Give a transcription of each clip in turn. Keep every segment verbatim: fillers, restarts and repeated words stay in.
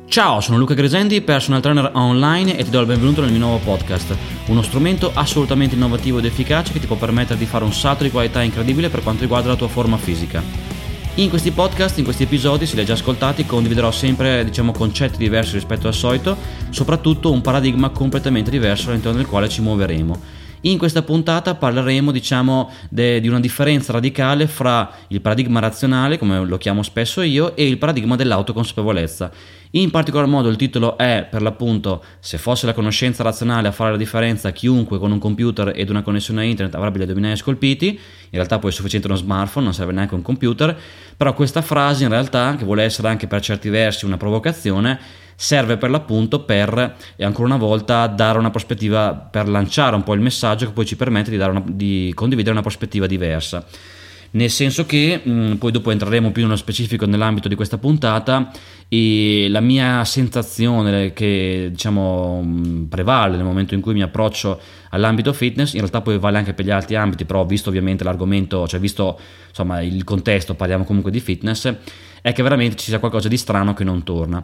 Ciao, sono Luca Gresendi, personal trainer online e ti do il benvenuto nel mio nuovo podcast, uno strumento assolutamente innovativo ed efficace che ti può permettere di fare un salto di qualità incredibile per quanto riguarda la tua forma fisica. In questi podcast, in questi episodi, se li hai già ascoltati, condividerò sempre diciamo concetti diversi rispetto al solito, soprattutto un paradigma completamente diverso all'interno del quale ci muoveremo. In questa puntata parleremo diciamo de, di una differenza radicale fra il paradigma razionale, come lo chiamo spesso io, e il paradigma dell'autoconsapevolezza. In particolar modo il titolo è per l'appunto: se fosse la conoscenza razionale a fare la differenza, chiunque con un computer ed una connessione a internet avrebbe gli addominali scolpiti. In realtà poi è sufficiente uno smartphone, non serve neanche un computer, però questa frase in realtà, che vuole essere anche per certi versi una provocazione, serve per l'appunto per, e ancora una volta, dare una prospettiva, per lanciare un po' il messaggio che poi ci permette di, dare una, di condividere una prospettiva diversa. Nel senso che, mh, poi dopo entreremo più nello specifico nell'ambito di questa puntata, e la mia sensazione che diciamo mh, prevale nel momento in cui mi approccio all'ambito fitness, in realtà poi vale anche per gli altri ambiti, però visto ovviamente l'argomento, cioè visto insomma il contesto, parliamo comunque di fitness, è che veramente ci sia qualcosa di strano che non torna.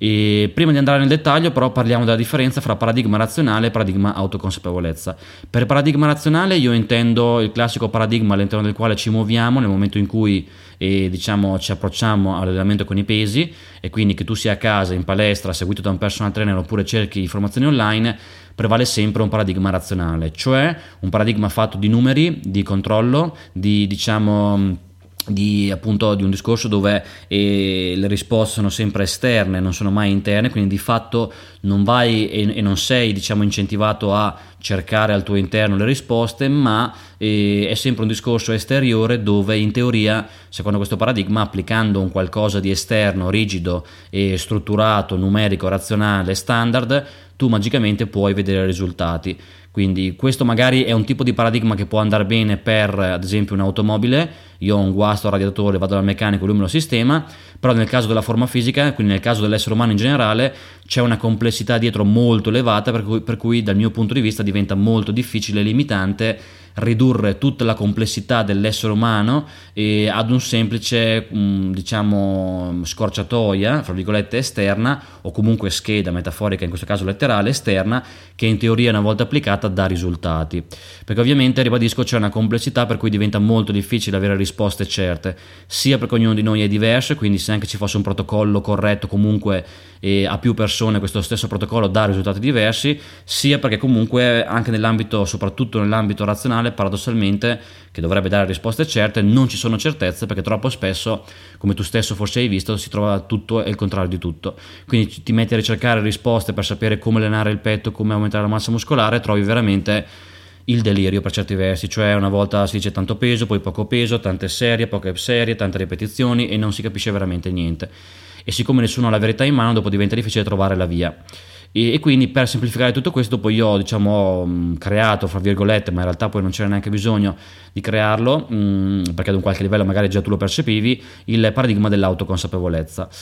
E prima di andare nel dettaglio però parliamo della differenza fra paradigma razionale e paradigma autoconsapevolezza. Per paradigma razionale io intendo il classico paradigma all'interno del quale ci muoviamo nel momento in cui eh, diciamo ci approcciamo all'allenamento con i pesi, e quindi che tu sia a casa, in palestra, seguito da un personal trainer oppure cerchi informazioni online, prevale sempre un paradigma razionale, cioè un paradigma fatto di numeri, di controllo, di diciamo di appunto di un discorso dove eh, le risposte sono sempre esterne, non sono mai interne, quindi di fatto non vai e, e non sei diciamo incentivato a cercare al tuo interno le risposte, ma eh, è sempre un discorso esteriore dove in teoria, secondo questo paradigma, applicando un qualcosa di esterno, rigido e strutturato, numerico, razionale, standard, tu magicamente puoi vedere risultati. Quindi questo magari è un tipo di paradigma che può andare bene per ad esempio un'automobile. Io ho un guasto al radiatore, vado dal meccanico, lui me lo sistema, però nel caso della forma fisica, quindi nel caso dell'essere umano in generale, c'è una complessità dietro molto elevata, per cui, per cui dal mio punto di vista diventa molto difficile e limitante ridurre tutta la complessità dell'essere umano e ad un semplice mh, diciamo scorciatoia fra virgolette esterna, o comunque scheda metaforica, in questo caso letterale, esterna, che in teoria una volta applicata dà risultati, perché ovviamente, ribadisco, c'è una complessità per cui diventa molto difficile avere risposte certe, sia perché ognuno di noi è diverso, quindi se anche ci fosse un protocollo corretto comunque e a più persone questo stesso protocollo dà risultati diversi, sia perché comunque anche nell'ambito, soprattutto nell'ambito razionale, paradossalmente, che dovrebbe dare risposte certe, non ci sono certezze, perché troppo spesso, come tu stesso forse hai visto, si trova tutto e il contrario di tutto. Quindi ti metti a ricercare risposte per sapere come allenare il petto, come aumentare la massa muscolare, trovi veramente il delirio per certi versi, cioè una volta si dice tanto peso, poi poco peso, tante serie, poche serie, tante ripetizioni e non si capisce veramente niente. E siccome nessuno ha la verità in mano, dopo diventa difficile trovare la via. E, e quindi, per semplificare tutto questo, poi io diciamo ho creato, fra virgolette, ma in realtà poi non c'era neanche bisogno di crearlo, mh, perché ad un qualche livello magari già tu lo percepivi, il paradigma dell'autoconsapevolezza.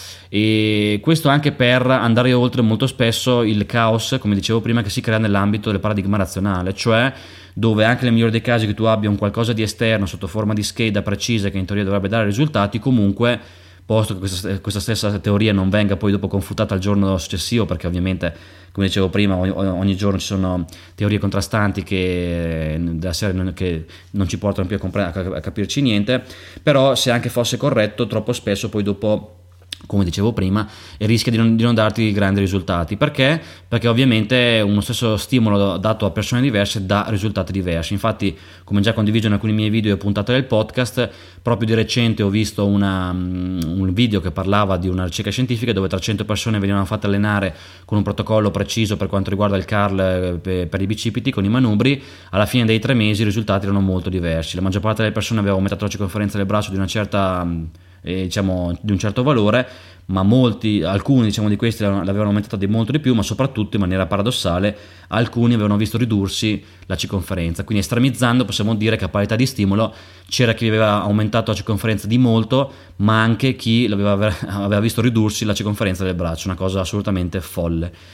E questo anche per andare oltre molto spesso il caos, come dicevo prima, che si crea nell'ambito del paradigma razionale, cioè dove anche nel migliore dei casi che tu abbia un qualcosa di esterno sotto forma di scheda precisa che in teoria dovrebbe dare risultati, comunque, posto che questa, questa stessa teoria non venga poi dopo confutata al giorno successivo, perché ovviamente, come dicevo prima, ogni, ogni giorno ci sono teorie contrastanti che, della serie, che non ci portano più a, compre- a capirci niente, però se anche fosse corretto, troppo spesso poi dopo, come dicevo prima, rischia di non, di non darti grandi risultati. Perché? Perché ovviamente uno stesso stimolo dato a persone diverse dà risultati diversi. Infatti, come già condiviso in alcuni miei video e puntate del podcast, proprio di recente ho visto una, un video che parlava di una ricerca scientifica dove trecento persone venivano fatte allenare con un protocollo preciso per quanto riguarda il curl per i bicipiti con i manubri. Alla fine dei tre mesi i risultati erano molto diversi. La maggior parte delle persone aveva aumentato la circonferenza del braccio di una certa Eh, diciamo di un certo valore, ma molti, alcuni diciamo di questi l'avevano aumentata di molto di più, ma soprattutto in maniera paradossale alcuni avevano visto ridursi la circonferenza. Quindi, estremizzando, possiamo dire che a parità di stimolo c'era chi aveva aumentato la circonferenza di molto, ma anche chi l'aveva aveva visto ridursi la circonferenza del braccio, una cosa assolutamente folle.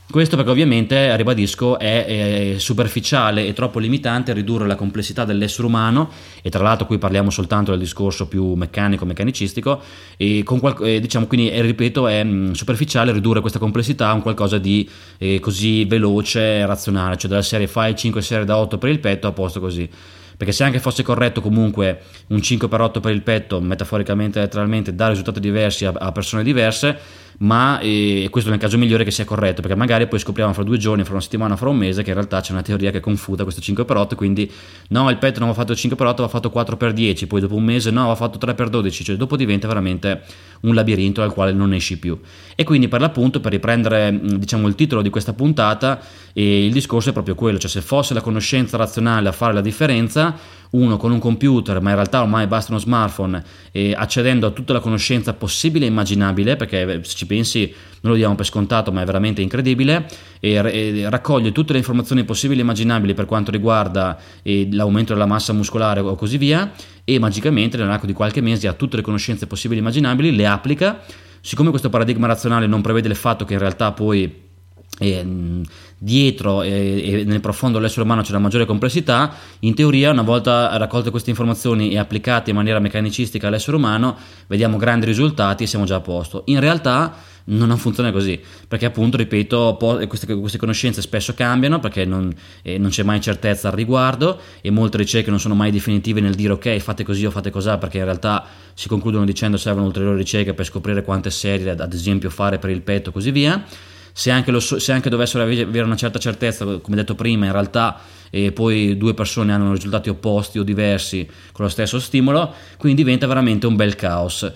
Questo perché ovviamente, ribadisco, è, è superficiale e troppo limitante ridurre la complessità dell'essere umano, e tra l'altro qui parliamo soltanto del discorso più meccanico, meccanicistico, e con qual- eh, diciamo quindi, eh, ripeto, è mh, superficiale ridurre questa complessità a un qualcosa di eh, così veloce e razionale, cioè della serie fai cinque serie da otto per il petto, a posto così. Perché se anche fosse corretto comunque un cinque per otto per il petto, metaforicamente, letteralmente, dà risultati diversi a, a persone diverse, ma eh, questo nel caso migliore che sia corretto, perché magari poi scopriamo fra due giorni, fra una settimana, fra un mese, che in realtà c'è una teoria che confuta questo cinque per otto, quindi no, il petto non va fatto cinque per otto, va fatto quattro per dieci, poi dopo un mese no, va fatto tre per dodici, cioè dopo diventa veramente un labirinto dal quale non esci più. E quindi, per l'appunto, per riprendere diciamo il titolo di questa puntata, eh, il discorso è proprio quello, cioè se fosse la conoscenza razionale a fare la differenza, uno con un computer, ma in realtà ormai basta uno smartphone, eh, accedendo a tutta la conoscenza possibile e immaginabile, perché se ci pensi non lo diamo per scontato, ma è veramente incredibile, e, e raccoglie tutte le informazioni possibili e immaginabili per quanto riguarda eh, l'aumento della massa muscolare o così via, e magicamente nell'arco di qualche mese ha tutte le conoscenze possibili e immaginabili, le applica. Siccome questo paradigma razionale non prevede il fatto che in realtà poi E, dietro e, e nel profondo dell'essere umano c'è una maggiore complessità, in teoria, una volta raccolte queste informazioni e applicate in maniera meccanicistica all'essere umano, vediamo grandi risultati e siamo già a posto. In realtà non funziona così, perché appunto, ripeto, queste, queste conoscenze spesso cambiano, perché non, eh, non c'è mai certezza al riguardo, e molte ricerche non sono mai definitive nel dire ok, fate così o fate così, perché in realtà si concludono dicendo servono ulteriori ricerche per scoprire quante serie ad esempio fare per il petto, così via. Se anche, lo, se anche dovessero avere una certa certezza, come detto prima, in realtà eh, poi due persone hanno risultati opposti o diversi con lo stesso stimolo, quindi diventa veramente un bel caos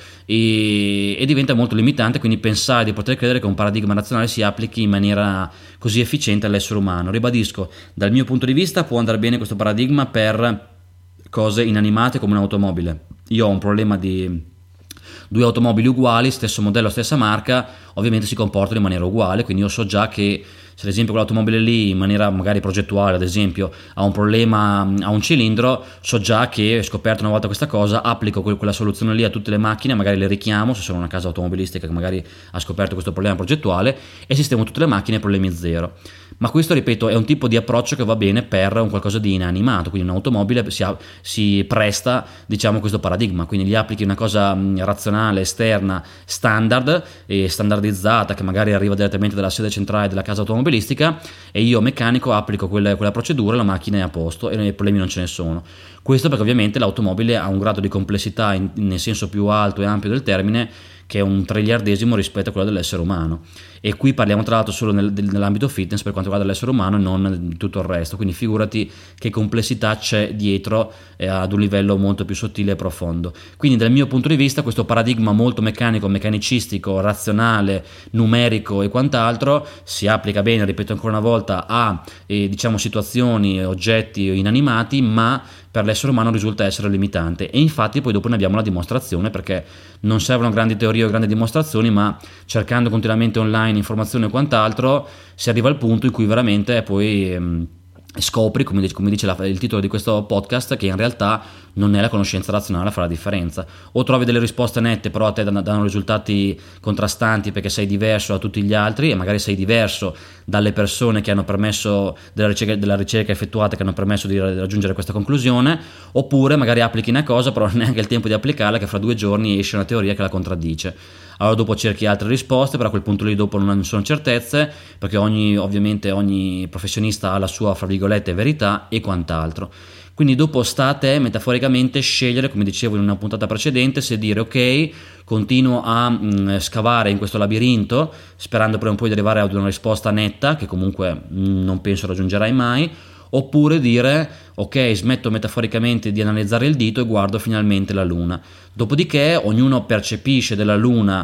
e, e diventa molto limitante, quindi pensare di poter credere che un paradigma razionale si applichi in maniera così efficiente all'essere umano. Ribadisco, dal mio punto di vista può andare bene questo paradigma per cose inanimate come un'automobile. Io ho un problema di due automobili uguali, stesso modello, stessa marca, ovviamente si comportano in maniera uguale, quindi io so già che se ad esempio quell'automobile lì, in maniera magari progettuale ad esempio, ha un problema a un cilindro, so già che, scoperto una volta questa cosa, applico quella soluzione lì a tutte le macchine, magari le richiamo se sono una casa automobilistica che magari ha scoperto questo problema progettuale, e sistemo tutte le macchine, problemi zero. Ma questo, ripeto, è un tipo di approccio che va bene per un qualcosa di inanimato, quindi un'automobile si, ha, si presta, diciamo, a questo paradigma, quindi gli applichi una cosa razionale, esterna, standard e standardizzata, che magari arriva direttamente dalla sede centrale della casa automobilistica, e io meccanico applico quelle, quella procedura, la macchina è a posto e i problemi non ce ne sono. Questo perché ovviamente l'automobile ha un grado di complessità in, nel senso più alto e ampio del termine, che è un triliardesimo rispetto a quello dell'essere umano, e qui parliamo tra l'altro solo nel, nell'ambito fitness per quanto riguarda l'essere umano e non di tutto il resto, quindi figurati che complessità c'è dietro eh, ad un livello molto più sottile e profondo. Quindi dal mio punto di vista questo paradigma molto meccanico, meccanicistico, razionale, numerico e quant'altro si applica bene, ripeto ancora una volta, a eh, diciamo situazioni, oggetti inanimati, ma per l'essere umano risulta essere limitante, e infatti poi dopo ne abbiamo la dimostrazione, perché non servono grandi teorie o grandi dimostrazioni, ma cercando continuamente online informazioni e quant'altro si arriva al punto in cui veramente poi ehm, scopri, come dice, come dice la, il titolo di questo podcast, che in realtà non è la conoscenza razionale a fare la differenza. O trovi delle risposte nette, però a te danno, danno risultati contrastanti perché sei diverso da tutti gli altri, e magari sei diverso dalle persone che hanno permesso della ricerca, della ricerca effettuata, che hanno permesso di raggiungere questa conclusione, oppure magari applichi una cosa però neanche il tempo di applicarla, che fra due giorni esce una teoria che la contraddice. Allora dopo cerchi altre risposte, però a quel punto lì dopo non sono certezze, perché ogni, ovviamente ogni professionista ha la sua, fra virgolette, verità e quant'altro. Quindi dopo sta a te metaforicamente scegliere, come dicevo in una puntata precedente, se dire ok, continuo a mh, scavare in questo labirinto sperando prima o poi di arrivare ad una risposta netta, che comunque mh, non penso raggiungerai mai, oppure dire ok, smetto metaforicamente di analizzare il dito e guardo finalmente la luna. Dopodiché ognuno percepisce della luna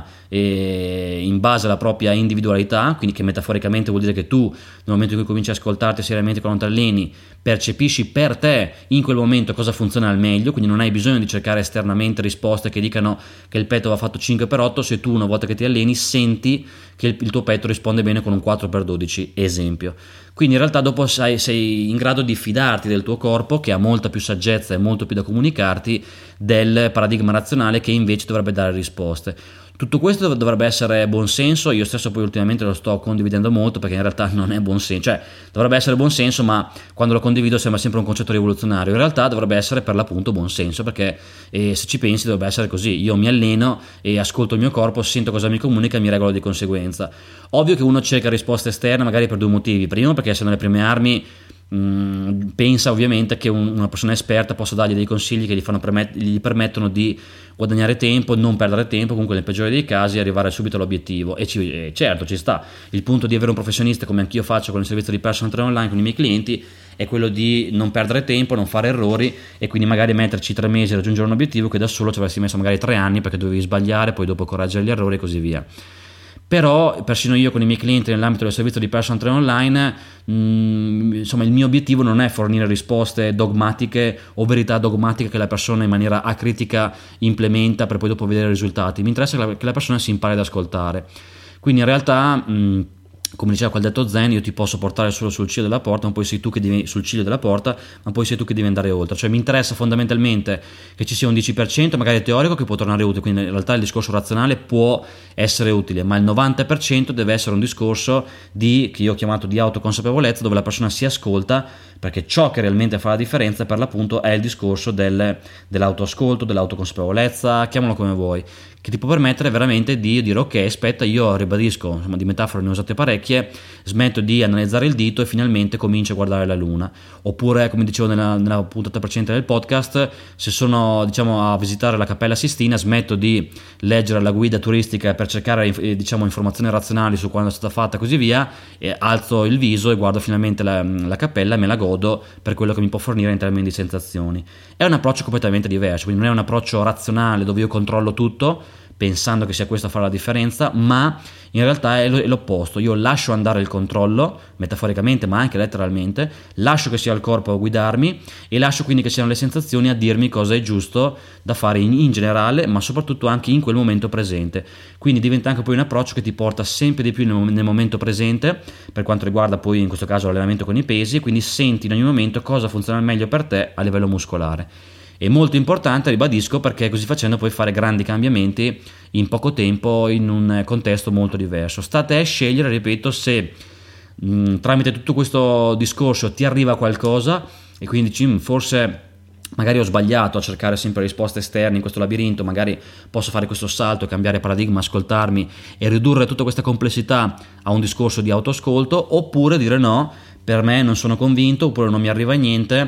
eh, in base alla propria individualità, quindi che metaforicamente vuol dire che tu nel momento in cui cominci a ascoltarti seriamente quando ti alleni, percepisci per te in quel momento cosa funziona al meglio, quindi non hai bisogno di cercare esternamente risposte che dicano che il petto va fatto cinque per otto, se tu una volta che ti alleni senti che il, il tuo petto risponde bene con un quattro per dodici, esempio. Quindi in realtà dopo sei, sei in grado di fidarti del tuo corpo, che ha molta più saggezza e molto più da comunicarti del paradigma razionale, che invece dovrebbe dare risposte. Tutto questo dovrebbe essere buonsenso, io stesso poi ultimamente lo sto condividendo molto perché in realtà non è buonsenso, cioè dovrebbe essere buonsenso ma quando lo condivido sembra sempre un concetto rivoluzionario, in realtà dovrebbe essere per l'appunto buonsenso perché eh, se ci pensi dovrebbe essere così, io mi alleno e ascolto il mio corpo, sento cosa mi comunica e mi regolo di conseguenza. Ovvio che uno cerca risposte esterne magari per due motivi, primo perché essendo le prime armi Mm, pensa ovviamente che un, una persona esperta possa dargli dei consigli che gli, fanno permet- gli permettono di guadagnare tempo, non perdere tempo, comunque nel peggiore dei casi arrivare subito all'obiettivo e, ci, e certo ci sta, il punto di avere un professionista come anch'io faccio con il servizio di personal trainer online con i miei clienti è quello di non perdere tempo, non fare errori e quindi magari metterci tre mesi a raggiungere un obiettivo che da solo ci avresti messo magari tre anni perché dovevi sbagliare, poi dopo correggere gli errori e così via. Però persino io con i miei clienti nell'ambito del servizio di personal trainer online mh, insomma il mio obiettivo non è fornire risposte dogmatiche o verità dogmatiche che la persona in maniera acritica implementa per poi dopo vedere i risultati, mi interessa che la, che la persona si impari ad ascoltare, quindi in realtà mh, come diceva quel detto zen, io ti posso portare solo sul ciglio della porta, ma poi sei tu che devi sul ciglio della porta, ma poi sei tu che devi andare oltre. Cioè mi interessa fondamentalmente che ci sia un dieci per cento magari teorico che può tornare utile, quindi in realtà il discorso razionale può essere utile, ma il novanta per cento deve essere un discorso di, che io ho chiamato di autoconsapevolezza, dove la persona si ascolta, perché ciò che realmente fa la differenza per l'appunto è il discorso del, dell'autoascolto, dell'autoconsapevolezza, chiamalo come vuoi, che ti può permettere veramente di dire ok, aspetta, io ribadisco, insomma di metafore ne ho usate parecchie, smetto di analizzare il dito e finalmente comincio a guardare la luna. Oppure, come dicevo nella, nella puntata precedente del podcast, se sono diciamo a visitare la Cappella Sistina smetto di leggere la guida turistica per cercare diciamo informazioni razionali su quando è stata fatta e così via, e alzo il viso e guardo finalmente la, la cappella e me la godo per quello che mi può fornire in termini di sensazioni. È un approccio completamente diverso, quindi non è un approccio razionale dove io controllo tutto pensando che sia questo a fare la differenza, ma in realtà è l'opposto. Io lascio andare il controllo, metaforicamente ma anche letteralmente, lascio che sia il corpo a guidarmi e lascio quindi che siano le sensazioni a dirmi cosa è giusto da fare in, in generale, ma soprattutto anche in quel momento presente. Quindi diventa anche poi un approccio che ti porta sempre di più nel, nel momento presente, per quanto riguarda poi in questo caso l'allenamento con i pesi, quindi senti in ogni momento cosa funziona meglio per te a livello muscolare. È molto importante, ribadisco, perché così facendo puoi fare grandi cambiamenti in poco tempo in un contesto molto diverso. State a scegliere, ripeto, se mh, tramite tutto questo discorso ti arriva qualcosa e quindi dici forse magari ho sbagliato a cercare sempre risposte esterne in questo labirinto, magari posso fare questo salto, cambiare paradigma, ascoltarmi e ridurre tutta questa complessità a un discorso di autoascolto, oppure dire no, per me non sono convinto, oppure non mi arriva niente,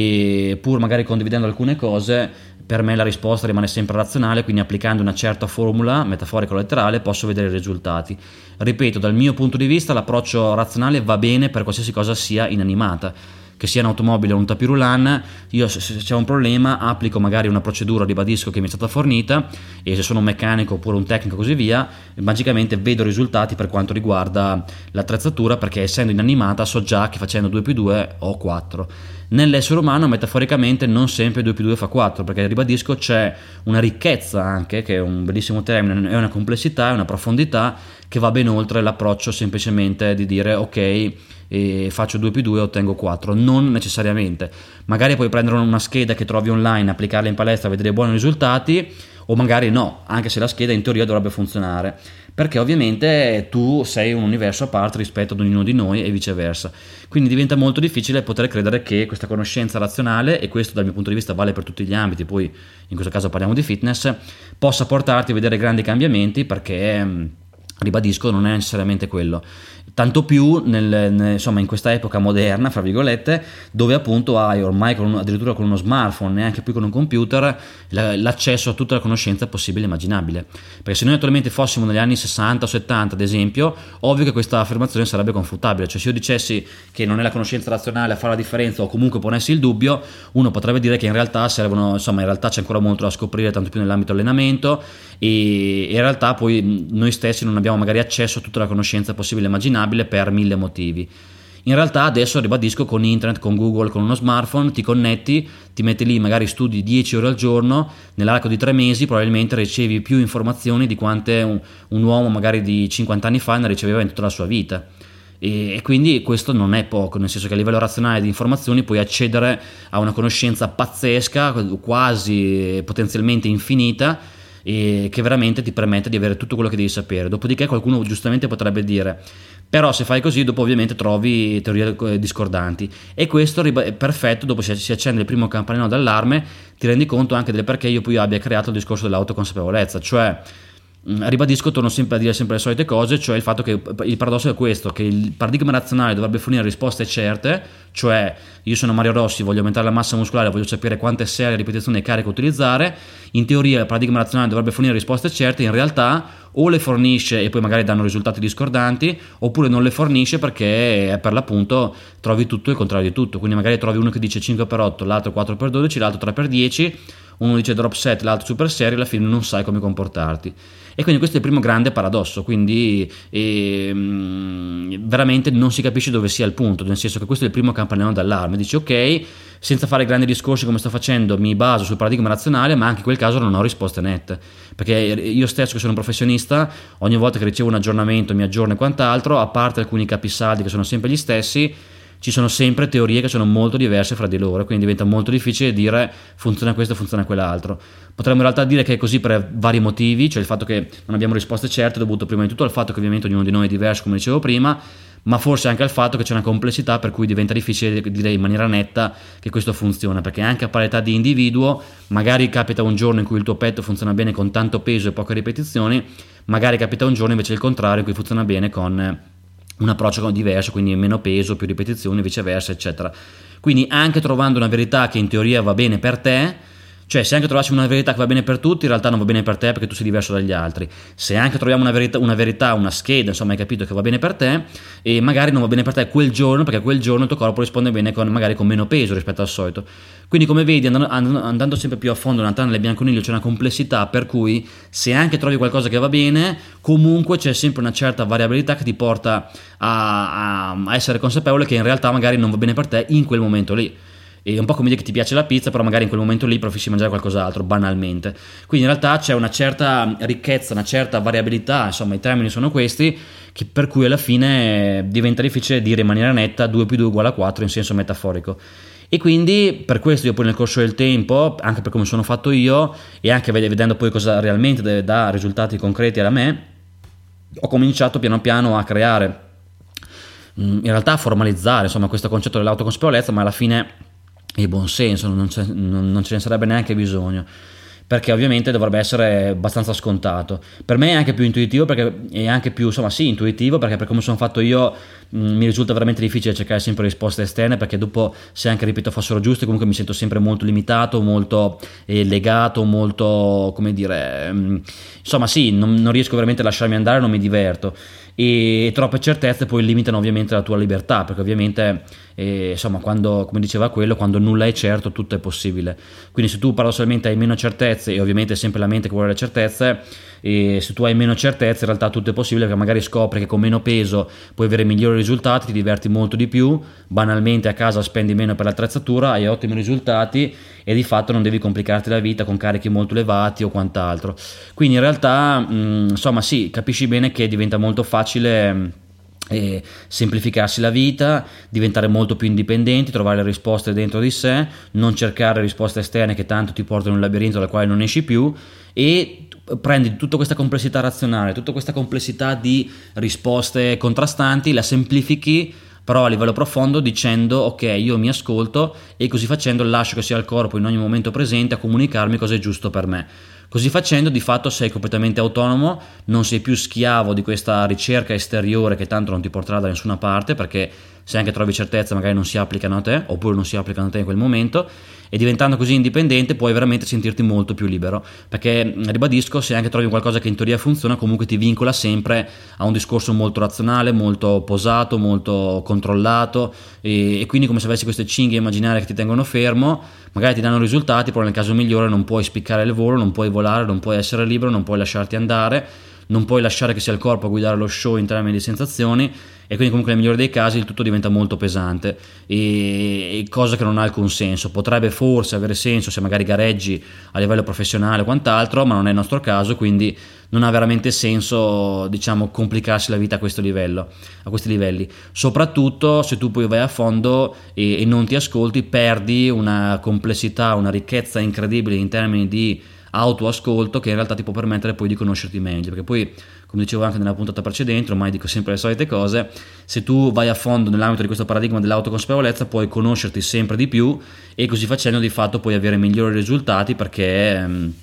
e pur magari condividendo alcune cose per me la risposta rimane sempre razionale, quindi applicando una certa formula metaforica o letterale posso vedere i risultati. Ripeto, dal mio punto di vista l'approccio razionale va bene per qualsiasi cosa sia inanimata, che sia un'automobile o un tapirulan. Io se c'è un problema applico magari una procedura, ribadisco, che mi è stata fornita, e se sono un meccanico oppure un tecnico così via, magicamente vedo risultati per quanto riguarda l'attrezzatura, perché essendo inanimata so già che facendo due più due ho quattro. Nell'essere umano metaforicamente non sempre due più due fa quattro, perché ribadisco c'è una ricchezza anche, che è un bellissimo termine, è una complessità, è una profondità che va ben oltre l'approccio semplicemente di dire ok, e faccio due più due e ottengo quattro, non necessariamente. Magari puoi prendere una scheda che trovi online, applicarla in palestra, vedere buoni risultati, o magari no, anche se la scheda in teoria dovrebbe funzionare, perché ovviamente tu sei un universo a parte rispetto ad ognuno di noi e viceversa. Quindi diventa molto difficile poter credere che questa conoscenza razionale, e questo dal mio punto di vista vale per tutti gli ambiti, poi in questo caso parliamo di fitness, possa portarti a vedere grandi cambiamenti, perché ribadisco non è necessariamente quello. Tanto più nel, nel, insomma, in questa epoca moderna, fra virgolette, dove appunto hai ormai con un, addirittura con uno smartphone, neanche più con un computer, l'accesso a tutta la conoscenza possibile e immaginabile. Perché se noi attualmente fossimo negli anni sessanta o settanta, ad esempio, ovvio che questa affermazione sarebbe confutabile. Cioè, se io dicessi che non è la conoscenza razionale a fare la differenza, o comunque ponessi il dubbio, uno potrebbe dire che in realtà servono, insomma, in realtà c'è ancora molto da scoprire, tanto più nell'ambito allenamento, e in realtà poi noi stessi non abbiamo magari accesso a tutta la conoscenza possibile e immaginabile per mille motivi. In realtà adesso, ribadisco, con internet, con Google, con uno smartphone ti connetti, ti metti lì, magari studi dieci ore al giorno, nell'arco di tre mesi probabilmente ricevi più informazioni di quante un, un uomo magari di cinquanta anni fa ne riceveva in tutta la sua vita. E, e quindi questo non è poco, nel senso che a livello razionale di informazioni puoi accedere a una conoscenza pazzesca, quasi potenzialmente infinita, e che veramente ti permette di avere tutto quello che devi sapere. Dopodiché qualcuno giustamente potrebbe dire: però se fai così dopo ovviamente trovi teorie discordanti, e questo è perfetto. Dopo si accende il primo campanello d'allarme, ti rendi conto anche del perché io poi abbia creato il discorso dell'autoconsapevolezza. Cioè, ribadisco, torno sempre a dire sempre le solite cose, cioè il fatto che il paradosso è questo, che il paradigma razionale dovrebbe fornire risposte certe, cioè io sono Mario Rossi, voglio aumentare la massa muscolare, voglio sapere quante serie, ripetizioni e cariche utilizzare. In teoria il paradigma razionale dovrebbe fornire risposte certe, in realtà o le fornisce e poi magari danno risultati discordanti, oppure non le fornisce perché per l'appunto trovi tutto il contrario di tutto. Quindi magari trovi uno che dice cinque per otto, l'altro quattro per dodici, l'altro tre per dieci, uno dice drop set, l'altro super serie, alla fine non sai come comportarti. E quindi questo è il primo grande paradosso, quindi eh, veramente non si capisce dove sia il punto, nel senso che questo è il primo campanello d'allarme. Dici ok, senza fare grandi discorsi come sto facendo mi baso sul paradigma razionale, ma anche in quel caso non ho risposte nette, perché io stesso che sono un professionista, ogni volta che ricevo un aggiornamento mi aggiorno e quant'altro, a parte alcuni capisaldi che sono sempre gli stessi, ci sono sempre teorie che sono molto diverse fra di loro, quindi diventa molto difficile dire funziona questo, funziona quell'altro. Potremmo in realtà dire che è così per vari motivi, cioè il fatto che non abbiamo risposte certe è dovuto prima di tutto al fatto che ovviamente ognuno di noi è diverso, come dicevo prima, ma forse anche al fatto che c'è una complessità per cui diventa difficile dire in maniera netta che questo funziona, perché anche a parità di individuo magari capita un giorno in cui il tuo petto funziona bene con tanto peso e poche ripetizioni, magari capita un giorno invece il contrario in cui funziona bene con un approccio diverso, quindi meno peso, più ripetizioni, viceversa, eccetera. Quindi anche trovando una verità che in teoria va bene per te, cioè se anche trovassimo una verità che va bene per tutti, in realtà non va bene per te perché tu sei diverso dagli altri. Se anche troviamo una verità, una, verità, una scheda, insomma hai capito che va bene per te, e magari non va bene per te quel giorno perché quel giorno il tuo corpo risponde bene con, magari con meno peso rispetto al solito. Quindi come vedi, andando, andando sempre più a fondo nella tana del bianconiglio c'è una complessità per cui se anche trovi qualcosa che va bene, comunque c'è sempre una certa variabilità che ti porta a, a, a essere consapevole che in realtà magari non va bene per te in quel momento lì. È un po' come dire che ti piace la pizza, però magari in quel momento lì preferisci mangiare qualcos'altro, banalmente. Quindi in realtà c'è una certa ricchezza, una certa variabilità, insomma i termini sono questi, che per cui alla fine diventa difficile dire in maniera netta due più due uguale a quattro in senso metaforico. E quindi per questo io poi nel corso del tempo, anche per come sono fatto io e anche vedendo poi cosa realmente dà risultati concreti a me, ho cominciato piano piano a creare, in realtà a formalizzare insomma questo concetto dell'autoconsapevolezza, ma alla fine il buon senso, non, non, non ce ne sarebbe neanche bisogno, perché ovviamente dovrebbe essere abbastanza scontato. Per me è anche più intuitivo, perché è anche più, insomma sì, intuitivo, perché per come sono fatto io mh, mi risulta veramente difficile cercare sempre risposte esterne, perché dopo se anche, ripeto, fossero giuste comunque mi sento sempre molto limitato, molto eh, legato, molto, come dire, mh, insomma sì, non, non riesco veramente a lasciarmi andare, non mi diverto, e troppe certezze poi limitano ovviamente la tua libertà, perché ovviamente eh, insomma quando, come diceva quello, quando nulla è certo tutto è possibile. Quindi se tu paradossalmente hai meno certezze, e ovviamente è sempre la mente che vuole le certezze, e se tu hai meno certezze in realtà tutto è possibile, perché magari scopri che con meno peso puoi avere migliori risultati, ti diverti molto di più, banalmente a casa spendi meno per l'attrezzatura, hai ottimi risultati e di fatto non devi complicarti la vita con carichi molto elevati o quant'altro. Quindi in realtà mh, insomma sì, capisci bene che diventa molto facile e semplificarsi la vita, diventare molto più indipendenti, trovare le risposte dentro di sé, non cercare risposte esterne che tanto ti portano in un labirinto dal quale non esci più, e prendi tutta questa complessità razionale, tutta questa complessità di risposte contrastanti, la semplifichi però a livello profondo dicendo ok, io mi ascolto e così facendo lascio che sia il corpo in ogni momento presente a comunicarmi cosa è giusto per me. Così facendo di fatto sei completamente autonomo, non sei più schiavo di questa ricerca esteriore che tanto non ti porterà da nessuna parte, perché se anche trovi certezze magari non si applicano a te, oppure non si applicano a te in quel momento, e diventando così indipendente puoi veramente sentirti molto più libero, perché ribadisco, se anche trovi qualcosa che in teoria funziona comunque ti vincola sempre a un discorso molto razionale, molto posato, molto controllato, e, e quindi come se avessi queste cinghie immaginarie che ti tengono fermo, magari ti danno risultati, però nel caso migliore non puoi spiccare il volo, non puoi volare, non puoi essere libero, non puoi lasciarti andare, non puoi lasciare che sia il corpo a guidare lo show in termini di sensazioni, e quindi comunque nel migliore dei casi il tutto diventa molto pesante, e, e cosa che non ha alcun senso. Potrebbe forse avere senso se magari gareggi a livello professionale o quant'altro, ma non è il nostro caso, quindi non ha veramente senso, diciamo, complicarsi la vita a questo livello, a questi livelli. Soprattutto se tu poi vai a fondo e, e non ti ascolti, perdi una complessità, una ricchezza incredibile in termini di autoascolto che in realtà ti può permettere poi di conoscerti meglio, perché poi, come dicevo anche nella puntata precedente, ormai dico sempre le solite cose, se tu vai a fondo nell'ambito di questo paradigma dell'autoconsapevolezza puoi conoscerti sempre di più e così facendo di fatto puoi avere migliori risultati, perché ehm,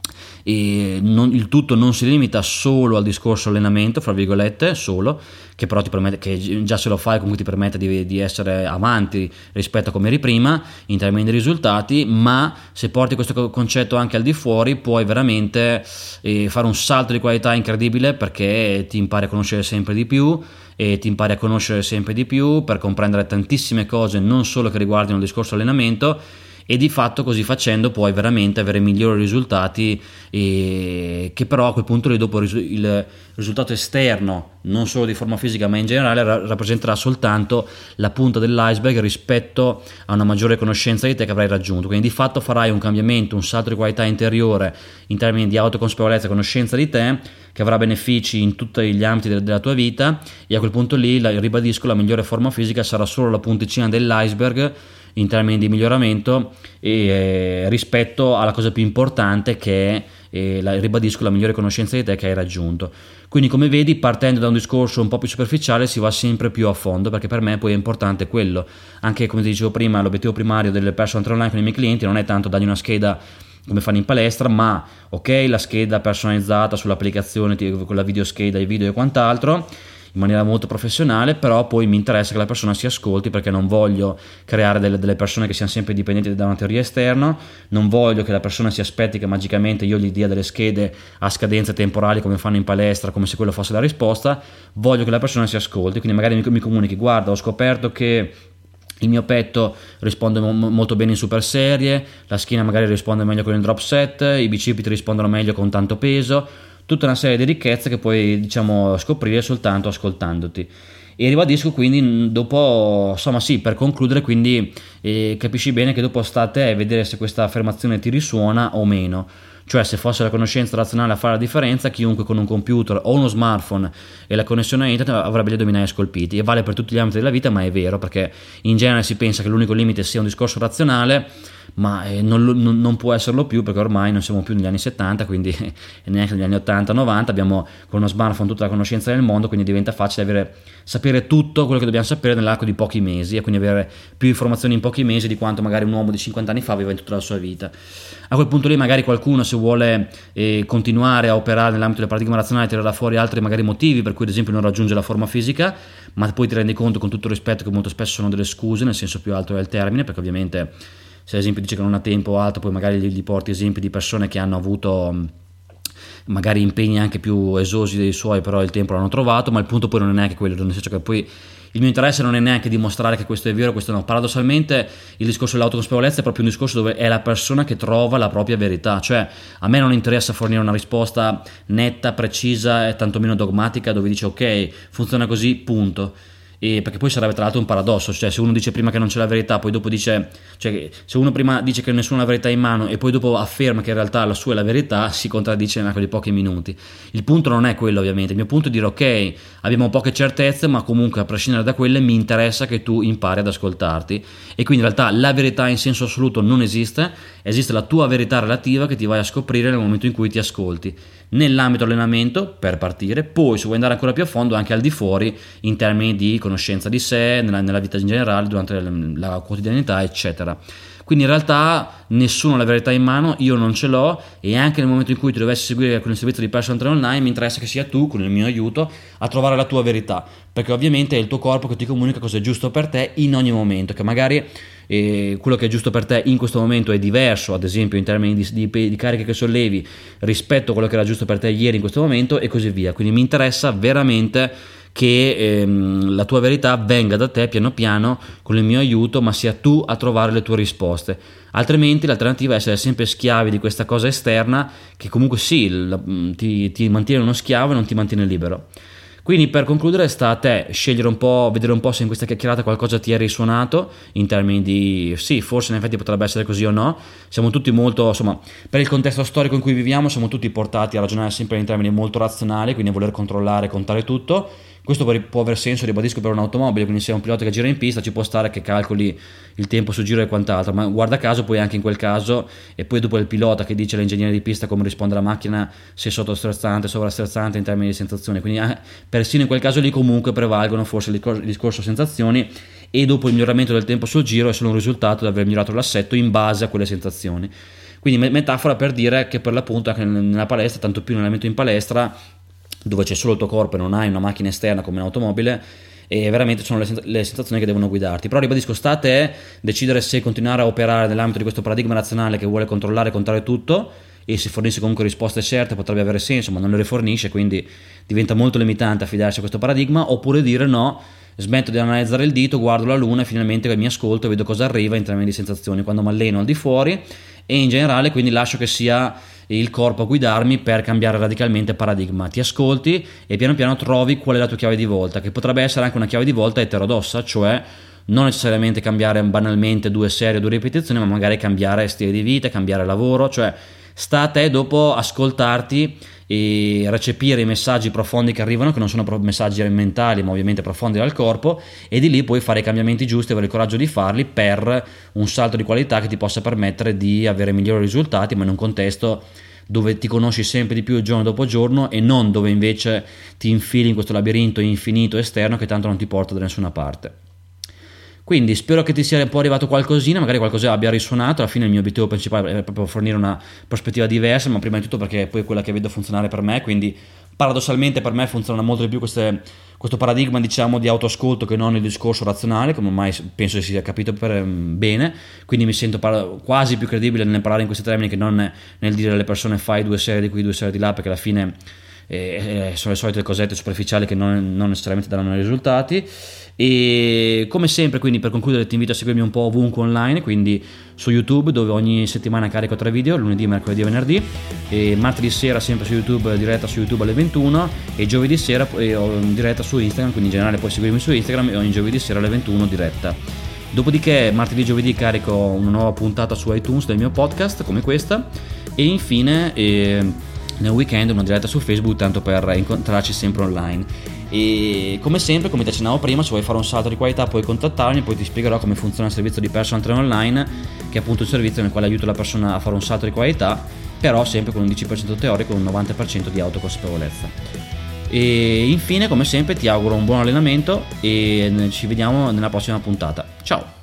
e non, il tutto non si limita solo al discorso allenamento, fra virgolette, solo, che però ti permette, che già se lo fai comunque ti permette di, di essere avanti rispetto a come eri prima in termini di risultati, ma se porti questo concetto anche al di fuori puoi veramente eh, fare un salto di qualità incredibile, perché ti impari a conoscere sempre di più e ti impari a conoscere sempre di più per comprendere tantissime cose, non solo che riguardano il discorso allenamento, e di fatto così facendo puoi veramente avere migliori risultati, e che però a quel punto lì dopo il risultato esterno, non solo di forma fisica ma in generale, rappresenterà soltanto la punta dell'iceberg rispetto a una maggiore conoscenza di te che avrai raggiunto. Quindi di fatto farai un cambiamento, un salto di qualità interiore in termini di autoconsapevolezza e conoscenza di te, che avrà benefici in tutti gli ambiti della tua vita, e a quel punto lì, ribadisco, la migliore forma fisica sarà solo la punticina dell'iceberg in termini di miglioramento e, eh, rispetto alla cosa più importante, che è, eh, la, ribadisco, la migliore conoscenza di te che hai raggiunto. Quindi, come vedi, partendo da un discorso un po' più superficiale si va sempre più a fondo, perché per me poi è importante quello. Anche come ti dicevo prima, l'obiettivo primario delle personal trainer online con i miei clienti non è tanto dargli una scheda come fanno in palestra, ma ok, la scheda personalizzata sull'applicazione con la videoscheda, i video e quant'altro, in maniera molto professionale, però poi mi interessa che la persona si ascolti, perché non voglio creare delle, delle persone che siano sempre dipendenti da una teoria esterna, non voglio che la persona si aspetti che magicamente io gli dia delle schede a scadenze temporali come fanno in palestra, come se quello fosse la risposta. Voglio che la persona si ascolti, quindi magari mi, mi comunichi: guarda, ho scoperto che il mio petto risponde mo- molto bene in super serie, la schiena magari risponde meglio con il drop set, i bicipiti rispondono meglio con tanto peso, tutta una serie di ricchezze che puoi, diciamo, scoprire soltanto ascoltandoti. E ribadisco quindi dopo, insomma sì, per concludere, quindi eh, capisci bene che dopo sta a te vedere se questa affermazione ti risuona o meno. Cioè, se fosse la conoscenza razionale a fare la differenza, chiunque con un computer o uno smartphone e la connessione a internet avrebbe gli addominali scolpiti, e vale per tutti gli ambiti della vita, ma è vero, perché in genere si pensa che l'unico limite sia un discorso razionale, ma eh, non, non, non può esserlo più, perché ormai non siamo più negli anni settanta, quindi e neanche negli anni ottanta novanta, abbiamo con uno smartphone tutta la conoscenza del mondo, quindi diventa facile avere, sapere tutto quello che dobbiamo sapere nell'arco di pochi mesi, e quindi avere più informazioni in pochi mesi di quanto magari un uomo di cinquanta anni fa aveva in tutta la sua vita. A quel punto lì magari qualcuno, se vuole eh, continuare a operare nell'ambito del paradigma razionale, tirerà fuori altri magari motivi per cui ad esempio non raggiunge la forma fisica, ma poi ti rendi conto, con tutto il rispetto, che molto spesso sono delle scuse nel senso più alto del termine, perché ovviamente se ad esempio dice che non ha tempo o altro, poi magari gli, gli porti esempi di persone che hanno avuto magari impegni anche più esosi dei suoi, però il tempo l'hanno trovato. Ma il punto poi non è neanche quello, nel senso che poi il mio interesse non è neanche dimostrare che questo è vero, questo no. Paradossalmente il discorso dell'autoconsapevolezza è proprio un discorso dove è la persona che trova la propria verità. Cioè, a me non interessa fornire una risposta netta, precisa e tantomeno dogmatica, dove dice ok, funziona così, punto. E perché poi sarebbe tra l'altro un paradosso, cioè se uno dice prima che non c'è la verità, poi dopo dice, cioè se uno prima dice che nessuno ha la verità in mano e poi dopo afferma che in realtà la sua è la verità, si contraddice nell'arco di pochi minuti. Il punto non è quello, ovviamente. Il mio punto è dire ok, abbiamo poche certezze, ma comunque a prescindere da quelle mi interessa che tu impari ad ascoltarti, e quindi in realtà la verità in senso assoluto non esiste, esiste la tua verità relativa che ti vai a scoprire nel momento in cui ti ascolti, nell'ambito allenamento per partire, poi se vuoi andare ancora più a fondo anche al di fuori in termini di conoscenza di sé, nella, nella vita in generale, durante la, la quotidianità, eccetera. Quindi in realtà nessuno ha la verità in mano, io non ce l'ho, e anche nel momento in cui ti dovessi seguire con il servizio di personal trainer online, mi interessa che sia tu, con il mio aiuto, a trovare la tua verità, perché ovviamente è il tuo corpo che ti comunica cosa è giusto per te in ogni momento, che magari eh, quello che è giusto per te in questo momento è diverso, ad esempio in termini di, di, di cariche che sollevi, rispetto a quello che era giusto per te ieri in questo momento, e così via. Quindi mi interessa veramente che ehm, la tua verità venga da te piano piano con il mio aiuto, ma sia tu a trovare le tue risposte. Altrimenti l'alternativa è essere sempre schiavi di questa cosa esterna, che comunque sì, la, ti, ti mantiene uno schiavo e non ti mantiene libero. Quindi per concludere sta a te scegliere un po', vedere un po' se in questa chiacchierata qualcosa ti è risuonato, in termini di sì, forse in effetti potrebbe essere così o no. Siamo tutti molto, insomma, per il contesto storico in cui viviamo, siamo tutti portati a ragionare sempre in termini molto razionali, quindi a voler controllare e contare tutto, Questo può aver senso, ribadisco, per un'automobile, quindi se è un pilota che gira in pista ci può stare che calcoli il tempo su giro e quant'altro, ma guarda caso poi anche in quel caso, e poi dopo il pilota che dice all'ingegnere di pista come risponde la macchina, se è sottostrezzante, sovrastrezzante in termini di sensazioni, quindi eh, persino in quel caso lì comunque prevalgono forse il discorso, il discorso sensazioni, e dopo il miglioramento del tempo sul giro è solo un risultato di aver migliorato l'assetto in base a quelle sensazioni. Quindi metafora per dire che per l'appunto anche nella palestra, tanto più nell'allenamento in palestra, dove c'è solo il tuo corpo e non hai una macchina esterna come un'automobile, e veramente sono le, le sensazioni che devono guidarti. Però ribadisco, sta a te decidere se continuare a operare nell'ambito di questo paradigma razionale che vuole controllare e controllare tutto, e se fornisce comunque risposte certe potrebbe avere senso, ma non le rifornisce, quindi diventa molto limitante affidarsi a questo paradigma. Oppure dire no, smetto di analizzare il dito, guardo la luna e finalmente mi ascolto e vedo cosa arriva in termini di sensazioni quando mi alleno al di fuori, e in generale quindi lascio che sia il corpo a guidarmi per cambiare radicalmente paradigma. Ti ascolti e piano piano trovi qual è la tua chiave di volta, che potrebbe essere anche una chiave di volta eterodossa, cioè non necessariamente cambiare banalmente due serie o due ripetizioni, ma magari cambiare stile di vita, cambiare lavoro. Cioè sta a te dopo ascoltarti e recepire i messaggi profondi che arrivano, che non sono messaggi mentali ma ovviamente profondi dal corpo, e di lì puoi fare i cambiamenti giusti, avere il coraggio di farli per un salto di qualità che ti possa permettere di avere migliori risultati, ma in un contesto dove ti conosci sempre di più giorno dopo giorno, e non dove invece ti infili in questo labirinto infinito esterno che tanto non ti porta da nessuna parte. Quindi spero che ti sia un po' arrivato qualcosina, magari qualcosa abbia risuonato. Alla fine il mio obiettivo principale è proprio fornire una prospettiva diversa, ma prima di tutto perché è poi quella che vedo funzionare per me, quindi paradossalmente per me funziona molto di più queste, questo paradigma, diciamo, di autoascolto che non il discorso razionale, come ormai penso si sia capito per bene. Quindi mi sento par- quasi più credibile nel parlare in questi termini che non nel dire alle persone fai due serie di qui, due serie di là, perché alla fine eh, sono le solite cosette superficiali che non, non necessariamente danno i risultati. E come sempre, quindi per concludere, ti invito a seguirmi un po' ovunque online, quindi su YouTube, dove ogni settimana carico tre video, lunedì, mercoledì e venerdì, e martedì sera sempre su YouTube, diretta su YouTube alle ventuno, e giovedì sera eh, ho diretta su Instagram, quindi in generale puoi seguirmi su Instagram, e ogni giovedì sera alle ventuno diretta. Dopodiché martedì e giovedì carico una nuova puntata su iTunes del mio podcast come questa, e infine eh, nel weekend una diretta su Facebook, tanto per incontrarci sempre online. E come sempre, come ti accennavo prima, se vuoi fare un salto di qualità puoi contattarmi, poi ti spiegherò come funziona il servizio di personal trainer online, che è appunto il servizio nel quale aiuto la persona a fare un salto di qualità, però sempre con un dieci per cento teorico e un novanta per cento di autoconsapevolezza. E infine, come sempre, ti auguro un buon allenamento e ci vediamo nella prossima puntata. Ciao!